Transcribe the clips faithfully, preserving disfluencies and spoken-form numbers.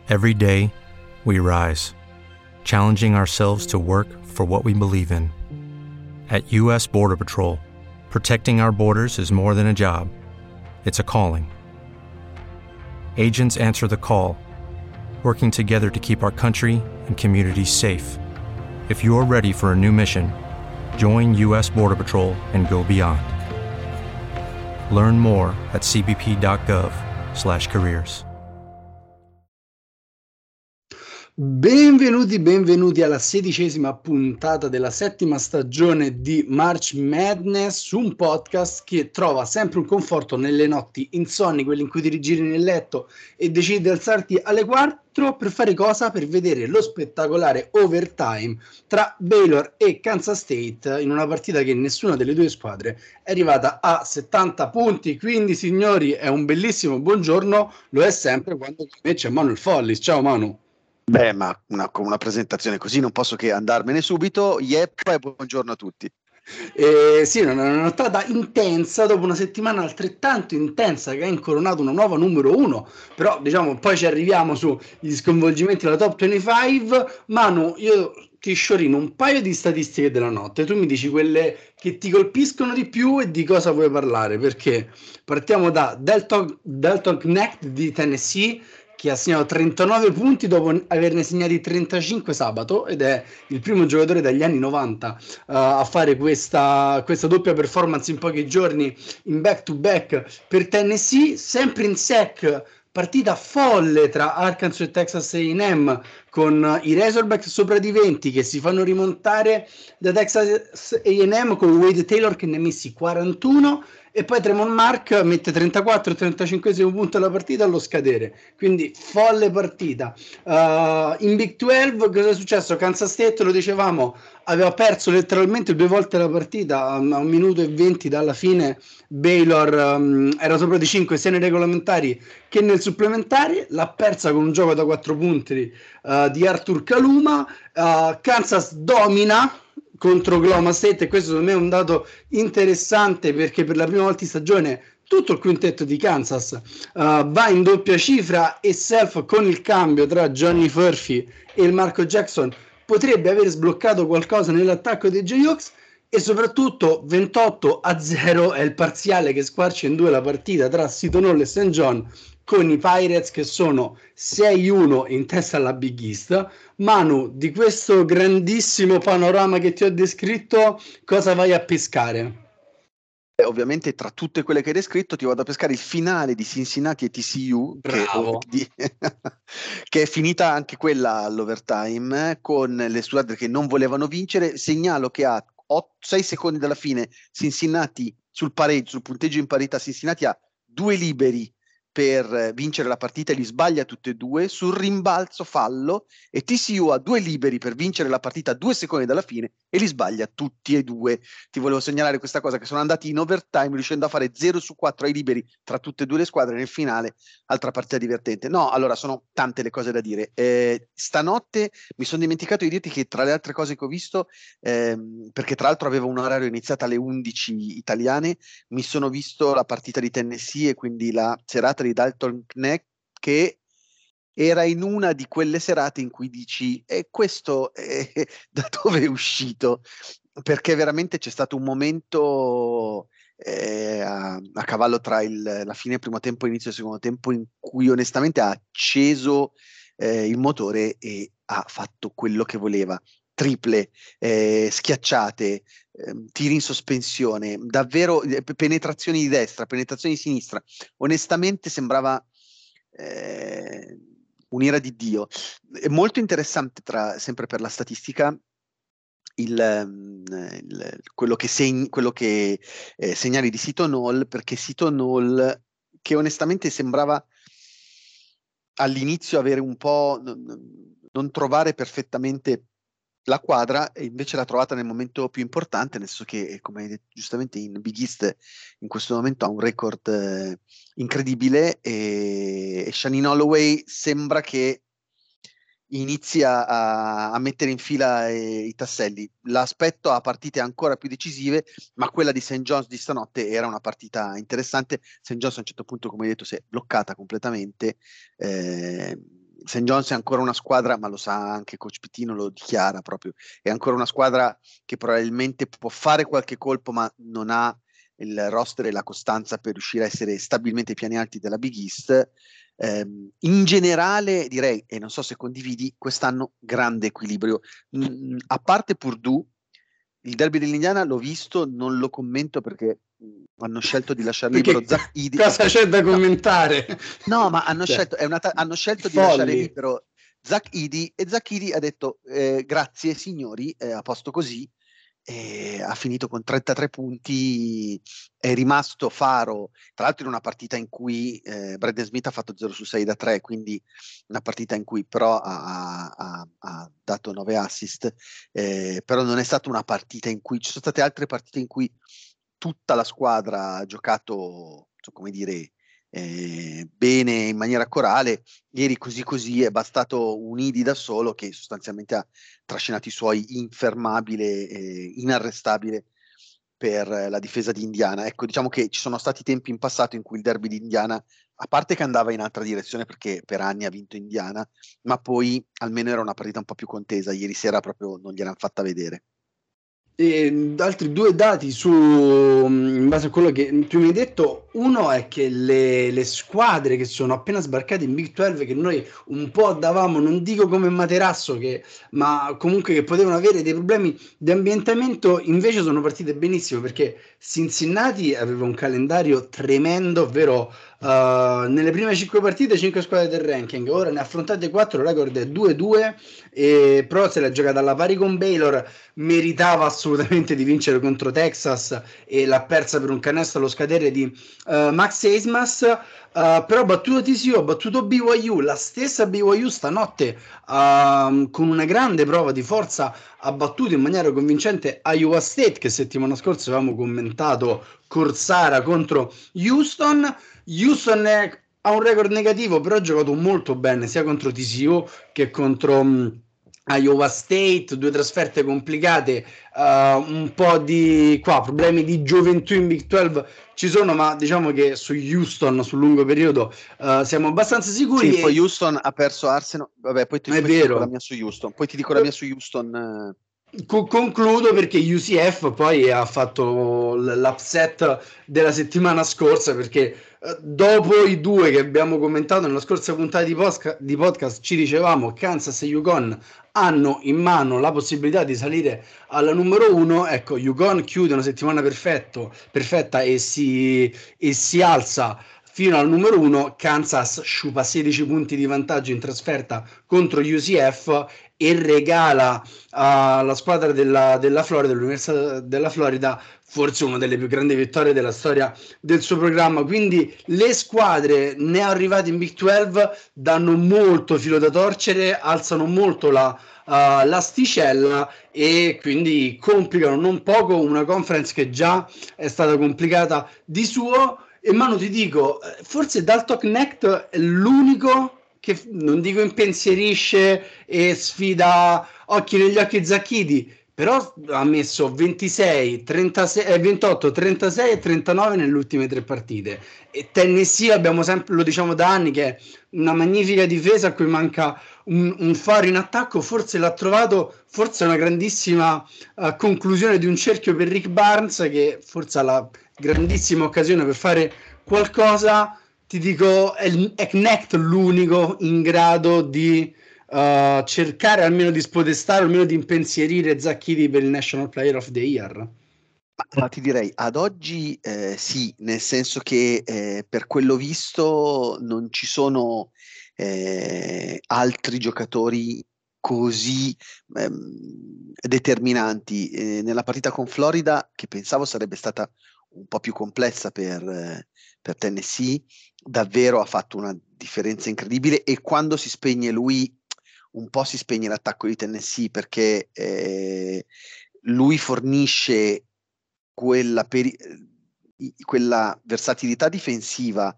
Every day, we rise, challenging ourselves to work for what we believe in. At U S Border Patrol, protecting our borders is more than a job. It's a calling. Agents answer the call, working together to keep our country and communities safe. If you're ready for a new mission, join U S Border Patrol and go beyond. Learn more at c b p dot gov slash careers. Benvenuti, benvenuti alla sedicesima puntata della settima stagione di March Madness, un podcast che trova sempre un conforto nelle notti insonni, quelle in cui ti rigiri nel letto e decidi di alzarti alle quattro per fare cosa? Per vedere lo spettacolare overtime tra Baylor e Kansas State in una partita che nessuna delle due squadre è arrivata a settanta punti. Quindi, signori, è un bellissimo buongiorno, lo è sempre quando con me c'è Manuel Follis. Ciao Manu. Beh, ma una, con una presentazione così non posso che andarmene subito. Yep, e buongiorno a tutti. Eh, sì, una, una nottata intensa dopo una settimana altrettanto intensa che ha incoronato una nuova numero uno, però diciamo poi ci arriviamo sugli sconvolgimenti della top venticinque. Manu, io ti sciorino un paio di statistiche della notte, tu mi dici quelle che ti colpiscono di più e di cosa vuoi parlare, perché partiamo da Dalton, Dalton Knecht di Tennessee, che ha segnato trentanove punti dopo averne segnati trentacinque sabato, ed è il primo giocatore dagli anni novanta uh, a fare questa, questa doppia performance in pochi giorni in back-to-back per Tennessee. Sempre in sec, partita folle tra Arkansas e Texas A and M, con i Razorback sopra di venti che si fanno rimontare da Texas A and M con Wade Taylor che ne ha messi quarantuno, e poi Tremont Mark mette trentaquattro e trentacinquesimo punto alla partita allo scadere. Quindi folle partita. Uh, in Big dodici cosa è successo? Kansas State, lo dicevamo, aveva perso letteralmente due volte la partita a un minuto e venti dalla fine. Baylor um, era sopra di cinque sia nei regolamentari che nel supplementare, l'ha persa con un gioco da quattro punti uh, di Arthur Kaluma. uh, Kansas domina contro Oklahoma State, e questo secondo me è un dato interessante, perché per la prima volta in stagione tutto il quintetto di Kansas uh, va in doppia cifra, e Self, con il cambio tra Johnny Furphy e il Marco Jackson, potrebbe aver sbloccato qualcosa nell'attacco dei Jayhawks. E soprattutto ventotto a zero è il parziale che squarcia in due la partita tra Seton Hall e Saint John, con i Pirates che sono sei uno in testa alla Big East. Manu, di questo grandissimo panorama che ti ho descritto, cosa vai a pescare? Eh, ovviamente tra tutte quelle che hai descritto ti vado a pescare il finale di Cincinnati e T C U, che, di, che è finita anche quella all'overtime con le squadre che non volevano vincere. Segnalo che a sei secondi dalla fine Cincinnati sul pareggio, sul punteggio in parità, Cincinnati ha due liberi per vincere la partita e li sbaglia tutte e due. Sul rimbalzo fallo, e T C U ha due liberi per vincere la partita a due secondi dalla fine e li sbaglia tutti e due. Ti volevo segnalare questa cosa, che sono andati in overtime riuscendo a fare zero su quattro ai liberi tra tutte e due le squadre nel finale. Altra partita divertente. No, allora sono tante le cose da dire. Eh, stanotte mi sono dimenticato di dirti che tra le altre cose che ho visto, ehm, perché tra l'altro avevo un orario iniziato alle undici italiane, mi sono visto la partita di Tennessee e quindi la serata di Dalton Knecht, che era in una di quelle serate in cui dici e questo è, da dove è uscito, perché veramente c'è stato un momento eh, a, a cavallo tra il, la fine del primo tempo e l'inizio del secondo tempo in cui onestamente ha acceso eh, il motore e ha fatto quello che voleva. Triple, eh, schiacciate, eh, tiri in sospensione, davvero eh, penetrazioni di destra, penetrazioni di sinistra. Onestamente sembrava eh, un'ira di Dio. È molto interessante, tra, sempre per la statistica, il, il, quello che, segni, quello che eh, segnali di Seton Hall, perché Seton Hall, che onestamente sembrava all'inizio avere un po' non, non trovare perfettamente la quadra, e invece l'ha trovata nel momento più importante, nel senso che, come hai detto giustamente, in Big East in questo momento ha un record eh, incredibile, e, e Shannon Holloway sembra che inizia a, a mettere in fila eh, i tasselli. L'aspetto a partite ancora più decisive, ma quella di Saint John's di stanotte era una partita interessante. Saint John's a un certo punto, come hai detto, si è bloccata completamente. eh, Saint John's è ancora una squadra, ma lo sa anche Coach Pitino, lo dichiara proprio, è ancora una squadra che probabilmente può fare qualche colpo, ma non ha il roster e la costanza per riuscire a essere stabilmente ai piani alti della Big East. Eh, in generale direi, e non so se condividi, quest'anno grande equilibrio, mm, a parte Purdue, il derby dell'Indiana l'ho visto, non lo commento perché hanno scelto di lasciare libero Zach Edey. Cosa c'è da commentare? No, no ma hanno cioè, scelto, è una ta- hanno scelto di folli. lasciare libero Zach Edey, e Zach Edey ha detto eh, grazie signori, eh, a posto così, e ha finito con trentatré punti, è rimasto faro, tra l'altro in una partita in cui eh, Braden Smith ha fatto zero su sei da tre, quindi una partita in cui però ha, ha, ha dato nove assist, eh, però non è stata una partita in cui, ci sono state altre partite in cui tutta la squadra ha giocato, so come dire, eh, bene in maniera corale. Ieri così così è bastato un Edey da solo che sostanzialmente ha trascinato i suoi infermabile, eh, inarrestabile per la difesa di Indiana. Ecco, diciamo che ci sono stati tempi in passato in cui il derby di Indiana, a parte che andava in altra direzione perché per anni ha vinto Indiana, ma poi almeno era una partita un po' più contesa. Ieri sera proprio non gliel'hanno fatta vedere. E altri due dati su, in base a quello che tu mi hai detto. Uno è che le, le squadre che sono appena sbarcate in Big dodici, che noi un po' davamo, non dico come Materasso, che, ma comunque che potevano avere dei problemi di ambientamento, invece sono partite benissimo, perché Cincinnati aveva un calendario tremendo, ovvero uh, nelle prime cinque partite cinque squadre del ranking, ora ne ha affrontate quattro, il record è due due, e però se l'ha giocata alla pari con Baylor, meritava assolutamente di vincere contro Texas e l'ha persa per un canestro allo scadere di uh, Max Eismas, uh, però ha battuto T C U, ha battuto B Y U, la stessa B Y U stanotte uh, con una grande prova di forza ha battuto in maniera convincente Iowa State, che settimana scorsa avevamo commentato Corsara contro Houston. Houston è, ha un record negativo, però ha giocato molto bene sia contro T C U che contro um, Iowa State, due trasferte complicate, uh, un po' di qua problemi di gioventù in Big dodici ci sono, ma diciamo che su Houston sul lungo periodo uh, siamo abbastanza sicuri. Sì, e... poi Houston ha perso Arsenal, vabbè, poi ti, poi ti dico la mia su Houston, poi ti dico la mia su Houston. Eh... Concludo perché U C F poi ha fatto l'upset della settimana scorsa, perché dopo i due che abbiamo commentato nella scorsa puntata di, posca, di podcast ci dicevamo Kansas e UConn hanno in mano la possibilità di salire alla numero uno. Ecco, UConn chiude una settimana perfetto, perfetta e si, e si alza fino al numero uno. Kansas sciupa sedici punti di vantaggio in trasferta contro U C F e regala alla squadra della, della Florida, dell'Università della Florida, forse una delle più grandi vittorie della storia del suo programma. Quindi le squadre neoarrivate in Big dodici danno molto filo da torcere, alzano molto la, uh, l'asticella e quindi complicano non poco una conference che già è stata complicata di suo. E Manu, ti dico, forse Dalton Knecht è l'unico che non dico impensierisce e sfida occhi negli occhi Zacchiti, però ha messo ventisei, trentasei, eh, ventotto, trentasei e trentanove nelle ultime tre partite. E Tennessee abbiamo sempre, lo diciamo da anni, che è una magnifica difesa a cui manca un, un faro in attacco. Forse l'ha trovato, forse è una grandissima uh, conclusione di un cerchio per Rick Barnes, che forse ha la grandissima occasione per fare qualcosa. Ti dico, è, è Knecht l'unico in grado di uh, cercare almeno di spodestare, almeno di impensierire Zacchiti per il National Player of the Year. Ma ti direi, ad oggi eh, sì, nel senso che eh, per quello visto non ci sono eh, altri giocatori così ehm, determinanti. Eh, nella partita con Florida, che pensavo sarebbe stata un po' più complessa per, eh, per Tennessee, davvero ha fatto una differenza incredibile, e quando si spegne lui un po' si spegne l'attacco di Tennessee, perché eh, lui fornisce quella, peri- quella versatilità difensiva,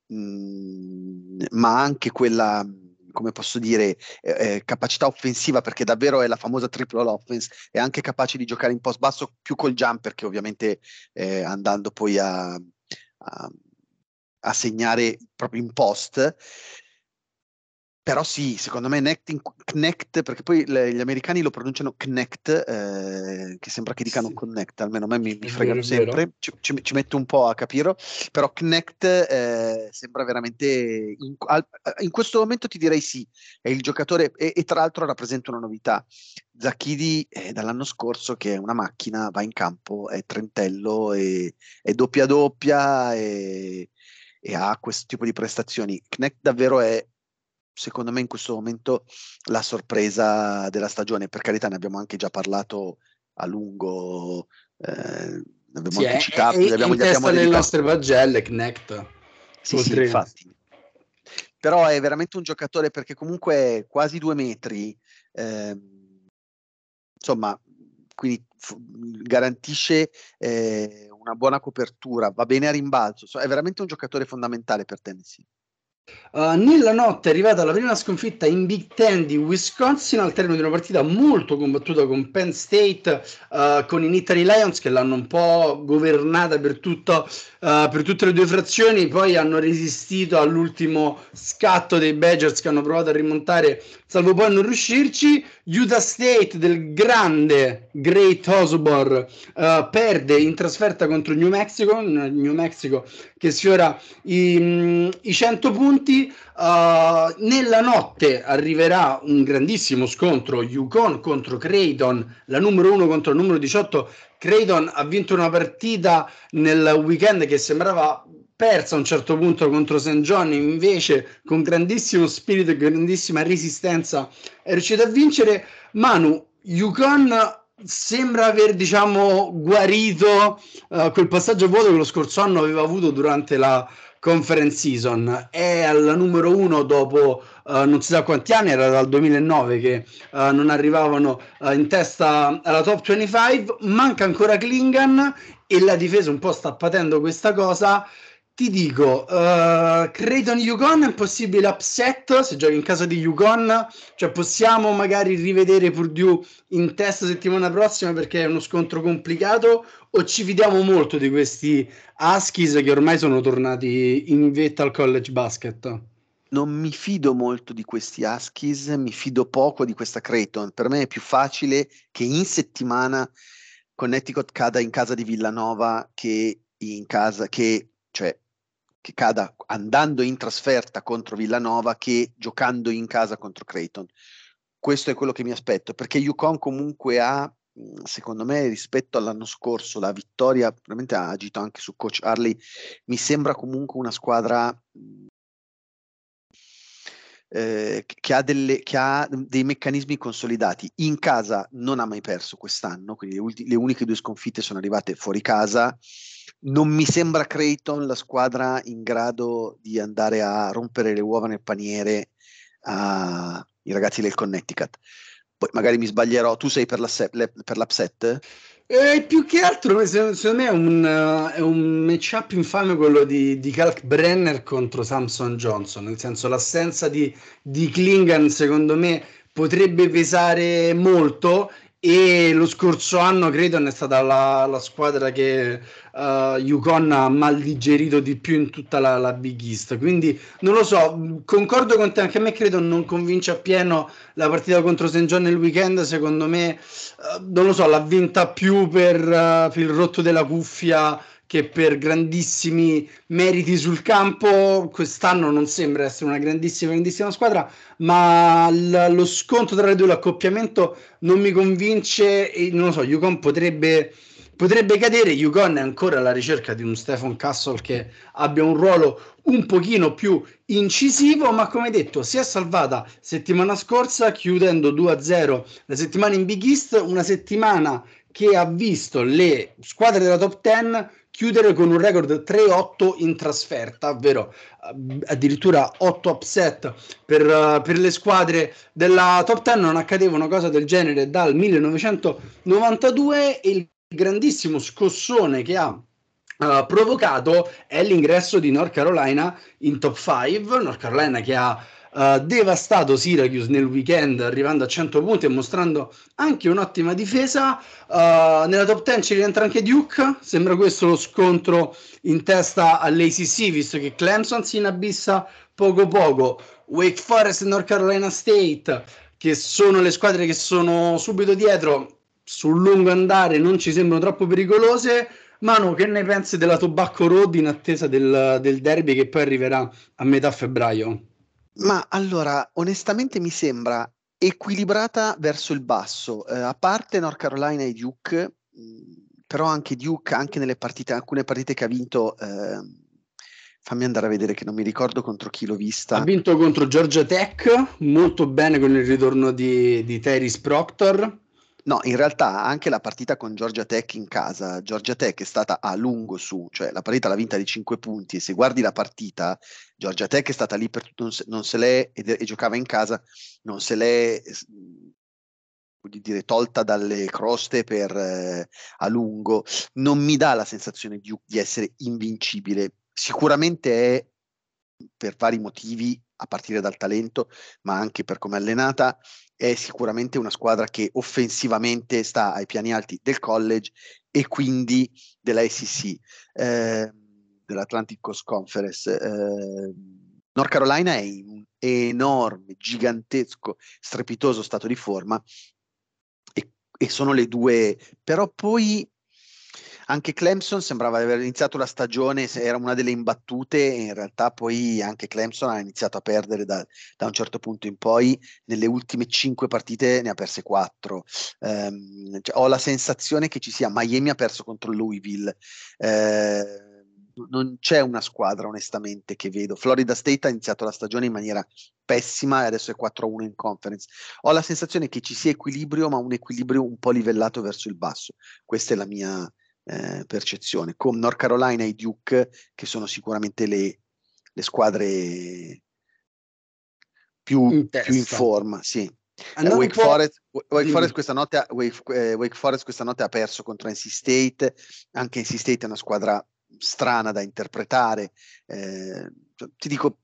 mh, ma anche quella, come posso dire, eh, capacità offensiva, perché davvero è la famosa triple offense, è anche capace di giocare in post basso più col jumper che ovviamente eh, andando poi a, a, a segnare proprio in post. Però sì, secondo me Connect, Connect, perché poi le, gli americani lo pronunciano Connect, eh, che sembra che dicano sì. Connect, almeno a me mi, mi È fregano vero, è vero. sempre, ci, ci, ci metto un po' a capirlo, però Connect eh, sembra veramente, in, al, in questo momento ti direi sì, è il giocatore, e, e tra l'altro rappresenta una novità. Zacchidi è dall'anno scorso che è una macchina, va in campo, è trentello, e, è doppia doppia, e, e ha questo tipo di prestazioni. Connect davvero è, secondo me, in questo momento la sorpresa della stagione. Per carità, ne abbiamo anche già parlato a lungo, eh, ne abbiamo Sì, anche è, citato, è, gli è abbiamo, in gli abbiamo testa nelle dedicato. nostre pagelle, Connect. Sì, sì, Oltre... infatti. Però è veramente un giocatore, perché comunque è quasi due metri, ehm, insomma, quindi f- garantisce eh, una buona copertura, va bene a rimbalzo, so- è veramente un giocatore fondamentale per Tennessee. Uh, nella notte è arrivata la prima sconfitta in Big Ten di Wisconsin al termine di una partita molto combattuta con Penn State, uh, con i Nittany Lions che l'hanno un po' governata per, tutto, uh, per tutte le due frazioni, poi hanno resistito all'ultimo scatto dei Badgers che hanno provato a rimontare, salvo poi non riuscirci. Utah State del grande Great Osobor uh, perde in trasferta contro New Mexico, New Mexico che sfiora i, i cento punti. Uh, nella notte arriverà un grandissimo scontro, Yukon contro Creighton, la numero uno contro il numero diciotto. Creighton ha vinto una partita nel weekend che sembrava persa a un certo punto contro Saint John, invece con grandissimo spirito e grandissima resistenza è riuscito a vincere. Manu, Yukon sembra aver, diciamo, guarito uh, quel passaggio a vuoto che lo scorso anno aveva avuto durante la conference season. È al numero uno dopo uh, non si sa quanti anni, era dal duemilanove che uh, non arrivavano uh, in testa alla top venticinque. Manca ancora Klingan e la difesa un po' sta patendo questa cosa. Ti dico, uh, Creighton Yukon è un possibile upset se giochi in casa di Yukon, cioè possiamo magari rivedere Purdue in testa settimana prossima perché è uno scontro complicato, o ci fidiamo molto di questi Huskies che ormai sono tornati in vetta al college basket? Non mi fido molto di questi Huskies, mi fido poco di questa Creighton. Per me è più facile che in settimana Connecticut cada in casa di Villanova che in casa, che, cioè, che cada andando in trasferta contro Villanova che giocando in casa contro Creighton. Questo è quello che mi aspetto, perché UConn comunque ha, secondo me, rispetto all'anno scorso, la vittoria, probabilmente ha agito anche su coach Harley, mi sembra comunque una squadra eh, che, ha delle, che ha dei meccanismi consolidati. In casa non ha mai perso quest'anno, quindi le, ulti- le uniche due sconfitte sono arrivate fuori casa. Non mi sembra Creighton la squadra in grado di andare a rompere le uova nel paniere ai ragazzi del Connecticut. Poi magari mi sbaglierò, tu sei per, la se- le- per l'upset? E più che altro, secondo me è un, uh, è un matchup infame quello di, di Kalkbrenner contro Samson Johnson, nel senso l'assenza di, di Klingan secondo me potrebbe pesare molto, e lo scorso anno Creighton è stata la, la squadra che uh, Yukon ha mal digerito di più in tutta la, la Big East, quindi non lo so, concordo con te, anche a me Creighton non convince appieno la partita contro Saint John nel weekend, secondo me uh, non lo so, l'ha vinta più per, uh, per il rotto della cuffia che per grandissimi meriti sul campo. Quest'anno non sembra essere una grandissima grandissima squadra, ma l- lo scontro tra le due, l'accoppiamento non mi convince e non lo so, Yukon potrebbe potrebbe cadere. Yukon è ancora alla ricerca di un Stephen Castle che abbia un ruolo un pochino più incisivo, ma come detto si è salvata settimana scorsa chiudendo due a zero la settimana in Big East, una settimana che ha visto le squadre della top dieci chiudere con un record tre otto in trasferta, ovvero addirittura otto upset per, uh, per le squadre della top dieci. Non accadeva una cosa del genere dal millenovecentonovantadue, e il grandissimo scossone che ha Uh, provocato è l'ingresso di North Carolina in top cinque. North Carolina che ha uh, devastato Syracuse nel weekend arrivando a cento punti e mostrando anche un'ottima difesa. Uh, nella top dieci ci rientra anche Duke, sembra questo lo scontro in testa all'A C C, visto che Clemson si inabissa poco poco. Wake Forest e North Carolina State, che sono le squadre che sono subito dietro, sul lungo andare non ci sembrano troppo pericolose. Manu, che ne pensi della Tobacco Road in attesa del, del derby che poi arriverà a metà febbraio? Ma allora, onestamente mi sembra equilibrata verso il basso, eh, a parte North Carolina e Duke, mh, però anche Duke, anche nelle partite, alcune partite che ha vinto, eh, fammi andare a vedere che non mi ricordo contro chi l'ho vista. Ha vinto contro Georgia Tech, molto bene con il ritorno di, di Tyrese Proctor. No, in realtà anche la partita con Georgia Tech in casa, Georgia Tech è stata a lungo su, cioè la partita l'ha vinta di cinque punti, e se guardi la partita, Georgia Tech è stata lì per non se, non se l'è e, e giocava in casa, non se l'è voglio dire tolta dalle croste per eh, a lungo. Non mi dà la sensazione di, di essere invincibile. Sicuramente è, per vari motivi, a partire dal talento, ma anche per come è allenata, è sicuramente una squadra che offensivamente sta ai piani alti del college e quindi della S E C, eh, dell'Atlantic Coast Conference. Eh, North Carolina è in un enorme, gigantesco, strepitoso stato di forma e, e sono le due, però poi anche Clemson sembrava aver iniziato la stagione, era una delle imbattute, e in realtà poi anche Clemson ha iniziato a perdere da, da un certo punto in poi. Nelle ultime cinque partite ne ha perse quattro. Um, cioè, ho la sensazione che ci sia, Miami ha perso contro Louisville, eh, non c'è una squadra onestamente che vedo. Florida State ha iniziato la stagione in maniera pessima e adesso è quattro a uno in conference. Ho la sensazione che ci sia equilibrio, ma un equilibrio un po' livellato verso il basso. Questa è la mia Eh, percezione, con North Carolina e Duke che sono sicuramente le, le squadre più in, più in forma. Sì. Eh, Wake, Forest, Wake, Forest questa notte ha, Wake, eh, Wake Forest questa notte ha perso contro N C State. Anche N C State è una squadra strana da interpretare, eh, ti dico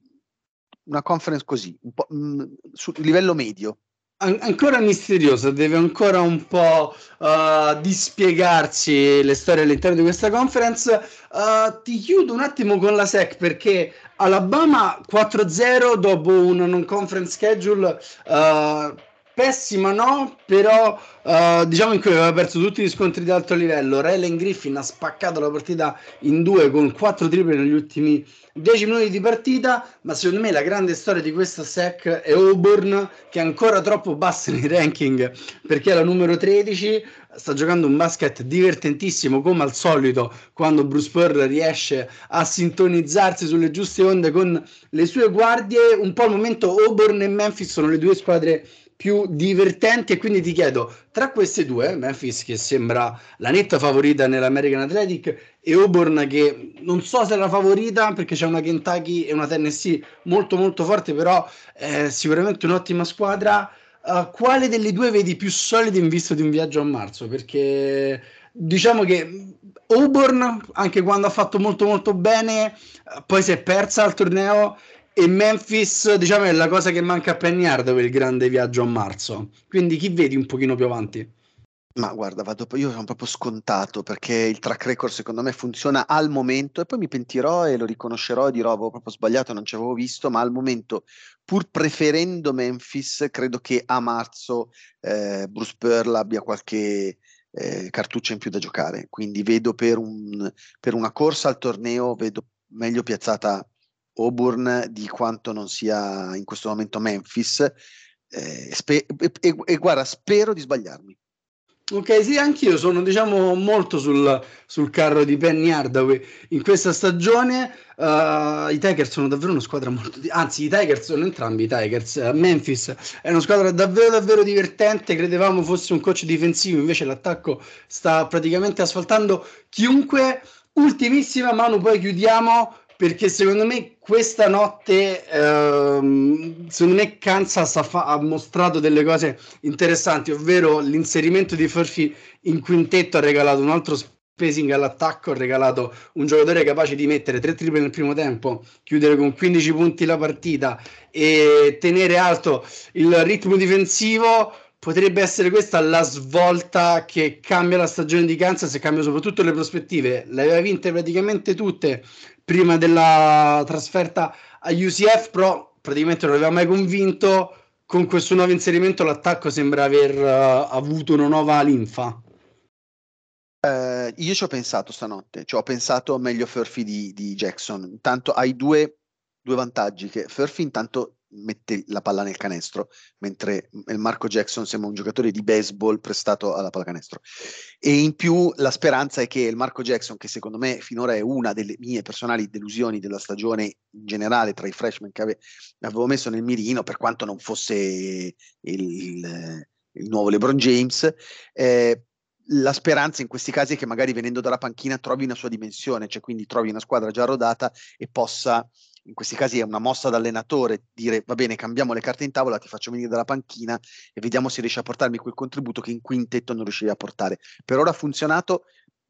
una conference così un po' mh, su livello medio. An- ancora misteriosa, deve ancora un po' uh, dispiegarsi le storie all'interno di questa conference. Uh, ti chiudo un attimo con la S E C, perché Alabama quattro a zero dopo un non conference schedule uh, pessima, no? Però uh, diciamo in cui aveva perso tutti gli scontri di alto livello. Raylan Griffin ha spaccato la partita in due con quattro triple negli ultimi dieci minuti di partita, ma secondo me la grande storia di questa S E C è Auburn, che è ancora troppo bassa nei ranking perché è la numero tredici, sta giocando un basket divertentissimo come al solito quando Bruce Pearl riesce a sintonizzarsi sulle giuste onde con le sue guardie. Un po' al momento Auburn e Memphis sono le due squadre più divertenti, e quindi ti chiedo, tra queste due, Memphis che sembra la netta favorita nell'American Athletic e Auburn che non so se è la favorita perché c'è una Kentucky e una Tennessee molto molto forte, però è sicuramente un'ottima squadra, uh, quale delle due vedi più solide in vista di un viaggio a marzo? Perché diciamo che Auburn, anche quando ha fatto molto molto bene, uh, poi si è persa al torneo, e Memphis, diciamo, è la cosa che manca a Penny Hardaway, il grande viaggio a marzo. Quindi chi vedi un pochino più avanti? Ma guarda, vado, io sono proprio scontato perché il track record secondo me funziona al momento, e poi mi pentirò e lo riconoscerò e dirò avevo proprio sbagliato, non ci avevo visto, ma al momento, pur preferendo Memphis, credo che a marzo eh, Bruce Pearl abbia qualche eh, cartuccia in più da giocare, quindi vedo per, un, per una corsa al torneo, vedo meglio piazzata Auburn di quanto non sia in questo momento Memphis, eh, spe- e, e, e guarda, spero di sbagliarmi. Ok, sì, anch'io sono diciamo molto sul, sul carro di Penny Hardaway in questa stagione. Uh, i Tigers sono davvero una squadra molto di- anzi i Tigers sono entrambi i Tigers. uh, Memphis è una squadra davvero davvero divertente, credevamo fosse un coach difensivo, invece l'attacco sta praticamente asfaltando chiunque. Ultimissima, Manu, poi chiudiamo, perché secondo me questa notte ehm, secondo me Kansas ha, fa- ha mostrato delle cose interessanti, ovvero l'inserimento di Furphy in quintetto ha regalato un altro spacing all'attacco, ha regalato un giocatore capace di mettere tre triple nel primo tempo, chiudere con quindici punti la partita e tenere alto il ritmo difensivo. Potrebbe essere questa la svolta che cambia la stagione di Kansas e cambia soprattutto le prospettive. Le aveva vinte praticamente tutte prima della trasferta a U C F, però praticamente non aveva mai convinto. Con questo nuovo inserimento l'attacco sembra aver uh, avuto una nuova linfa. Uh, io ci ho pensato stanotte, cioè ho pensato meglio Furphy di, di Jackson. Intanto hai due, due vantaggi, che Furphy intanto mette la palla nel canestro, mentre Marco Jackson sembra un giocatore di baseball prestato alla pallacanestro, e in più la speranza è che il Marco Jackson, che secondo me finora è una delle mie personali delusioni della stagione in generale tra i freshman che ave- avevo messo nel mirino, per quanto non fosse il, il, il nuovo LeBron James, eh, la speranza in questi casi è che magari venendo dalla panchina trovi una sua dimensione, cioè quindi trovi una squadra già rodata e possa, in questi casi è una mossa d'allenatore, dire va bene, cambiamo le carte in tavola, ti faccio venire dalla panchina e vediamo se riesci a portarmi quel contributo che in quintetto non riuscivi a portare. Per ora ha funzionato,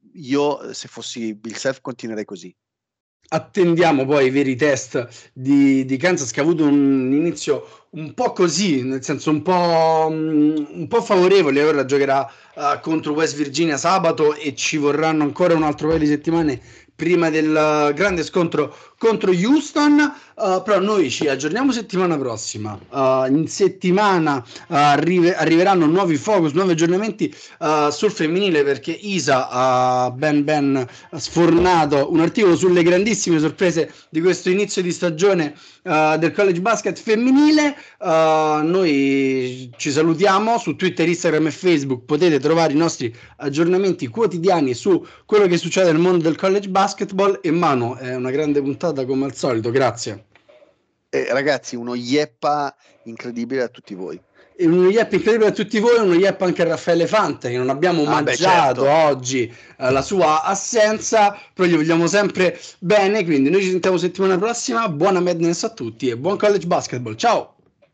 io se fossi Bill Self continuerei così. Attendiamo poi i veri test di, di Kansas, che ha avuto un inizio un po' così, nel senso un po', un po' favorevole. Ora giocherà uh, contro West Virginia sabato e ci vorranno ancora un altro paio di settimane prima del grande scontro contro Houston, uh, però noi ci aggiorniamo settimana prossima. Uh, in settimana uh, arrive, arriveranno nuovi focus, nuovi aggiornamenti uh, sul femminile, perché Isa ha ben ben sfornato un articolo sulle grandissime sorprese di questo inizio di stagione uh, del college basket femminile. Uh, noi ci salutiamo su Twitter, Instagram e Facebook, potete trovare i nostri aggiornamenti quotidiani su quello che succede nel mondo del college basketball. E Manu, è una grande puntata come al solito, grazie. Eh, ragazzi, uno yeppa incredibile a tutti voi. E uno yep incredibile a tutti voi, uno yep anche a Raffaele Fante, che non abbiamo ah, omaggiato beh, certo. oggi eh, la sua assenza, però gli vogliamo sempre bene, quindi noi ci sentiamo settimana prossima. Buona Madness a tutti e buon college basketball, ciao!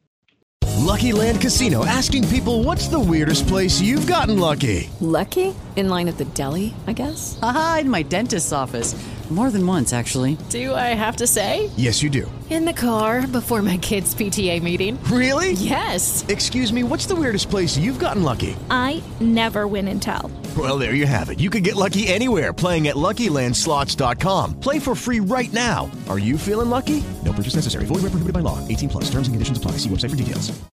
Lucky Land Casino, asking people, what's the weirdest place you've gotten lucky? Lucky? In line at the deli, I guess? Aha, in my dentist's office. More than once, actually. Do I have to say? Yes, you do. In the car before my kids' P T A meeting. Really? Yes. Excuse me, what's the weirdest place you've gotten lucky? I never win and tell. Well, there you have it. You can get lucky anywhere, playing at Lucky Land Slots dot com. Play for free right now. Are you feeling lucky? No purchase necessary. Void where prohibited by law. eighteen plus. Terms and conditions apply. See website for details.